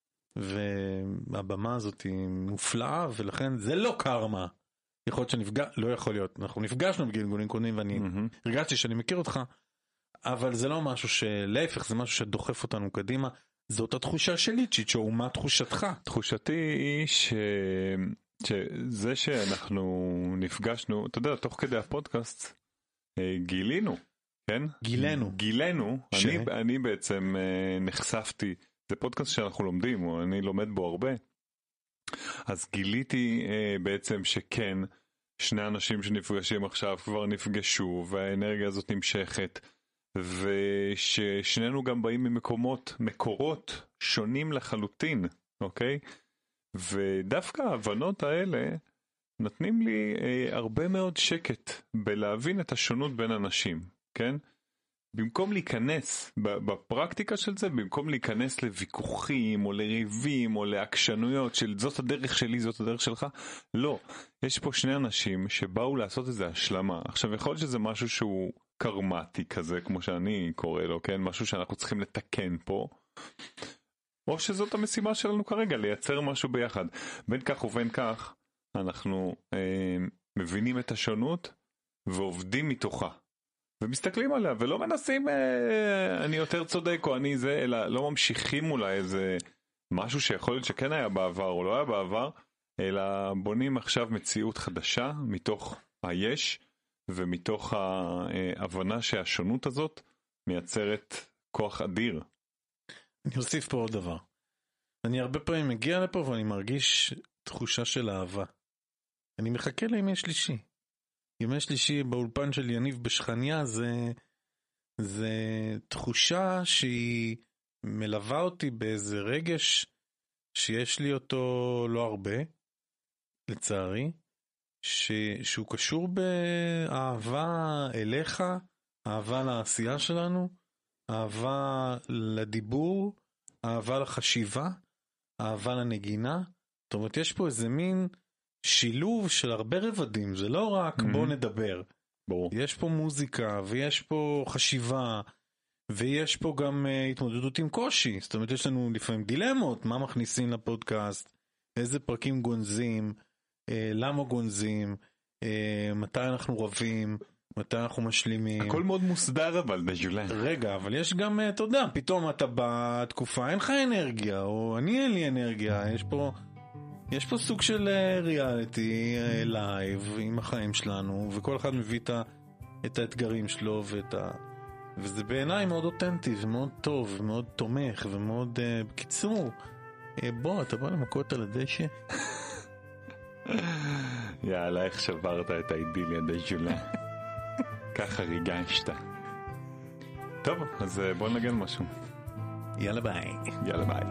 והבמה הזאת היא מופלאה, ולכן זה לא קרמה. יכול להיות שנפגע, לא יכול להיות. אנחנו נפגשנו בגלגולים קודמים, ואני mm-hmm. הרגשתי שאני מכיר אותך, אבל זה לא משהו שלהפך, זה משהו שדוחף אותנו קדימה. זאת התחושה שלי, צ'יצ'ו, מה תחושתך? תחושתי היא ש... שזה שאנחנו נפגשנו, אתה יודע, תוך כדי הפודקאסט, גילינו, כן? גילנו. גילנו. ש... אני, אני בעצם נחשפתי, זה פודקאסט שאנחנו לומדים, או אני לומד בו הרבה, אז גיליתי בעצם שכן, שני אנשים שנפגשים עכשיו כבר נפגשו, והאנרגיה הזאת נמשכת, וששנינו גם באים ממקומות, מקורות שונים לחלוטין, אוקיי? ודווקא ההבנות האלה נותנים לי אה, הרבה מאוד שקט בלהבין את השונות בין אנשים, כן? במקום להיכנס בפרקטיקה של זה, במקום להיכנס לוויכוחים או לריבים או לעקשנויות של זאת הדרך שלי, זאת הדרך שלך, לא. יש פה שני אנשים שבאו לעשות איזו השלמה. עכשיו יכול להיות שזה משהו שהוא קרמטי כזה, כמו שאני קורא לו, כן? משהו שאנחנו צריכים לתקן פה. או שזאת המשימה שלנו כרגע, לייצר משהו ביחד. בין כך ובין כך, אנחנו אה, מבינים את השונות ועובדים מתוכה. ומסתכלים עליה, ולא מנסים, אה, אני יותר צודק או אני זה, אלא לא ממשיכים אולי איזה משהו שיכול להיות שכן היה בעבר או לא היה בעבר, אלא בונים עכשיו מציאות חדשה מתוך היש, ומתוך ההבנה שהשונות הזאת מייצרת כוח אדיר. אני אוסיף פה עוד דבר. אני הרבה פעמים מגיע לפה ואני מרגיש תחושה של אהבה. אני מחכה לימי שלישי. ימי שלישי באולפן של יניב בשכניה זה, זה תחושה שהיא מלווה אותי באיזה רגש שיש לי אותו לא הרבה, לצערי, ש, שהוא קשור באהבה אליך, אהבה לעשייה שלנו, אהבה לדיבור, אהבה לחשיבה, אהבה לנגינה. זאת אומרת, יש פה איזה מין שילוב של הרבה רבדים, זה לא רק mm-hmm. בוא נדבר. ברור. יש פה מוזיקה, ויש פה חשיבה, ויש פה גם uh, התמודדות עם קושי. זאת אומרת, יש לנו לפעמים דילמות, מה מכניסים לפודקאסט, איזה פרקים גונזים, uh, למה גונזים, uh, מתי אנחנו רבים, מתי אנחנו משלימים. הכל מאוד מוסדר אבל דז'ולה. רגע, אבל יש גם, אתה יודע, פתאום אתה בתקופה, אין לך אנרגיה, או אני אין לי אנרגיה, יש פה, יש פה סוג של ריאליטי, לייב, עם החיים שלנו, וכל אחד מביא את האתגרים שלו, ואת ה... וזה בעיניי מאוד אותנטי, ומאוד טוב, ומאוד תומך, ומאוד, uh, בקיצור, uh, בוא, אתה בא למכות על הדשא? יאללה, איך שברת את האידיליה דז'ולה. ככה ריגשת. טוב, אז בוא נגן משהו. יאללה ביי. יאללה ביי.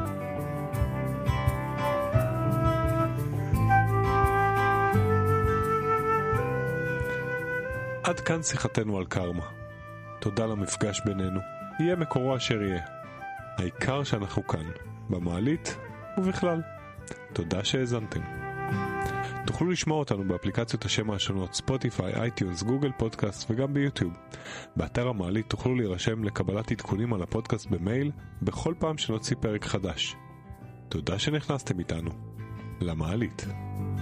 עד כאן שיחתנו על קרמה. תודה למפגש בינינו. יהיה מקורו אשר יהיה. העיקר שאנחנו כאן, במעלית ובכלל. תודה שהאזנתם. תוכלו לשמוע אותנו באפליקציות השם השונות ספוטיפיי, אייטיונס, גוגל פודקאסט וגם ביוטיוב. באתר המעלית תוכלו להירשם לקבלת עדכונים על הפודקאסט במייל בכל פעם שנוציא פרק חדש. תודה שנכנסתם איתנו למעלית.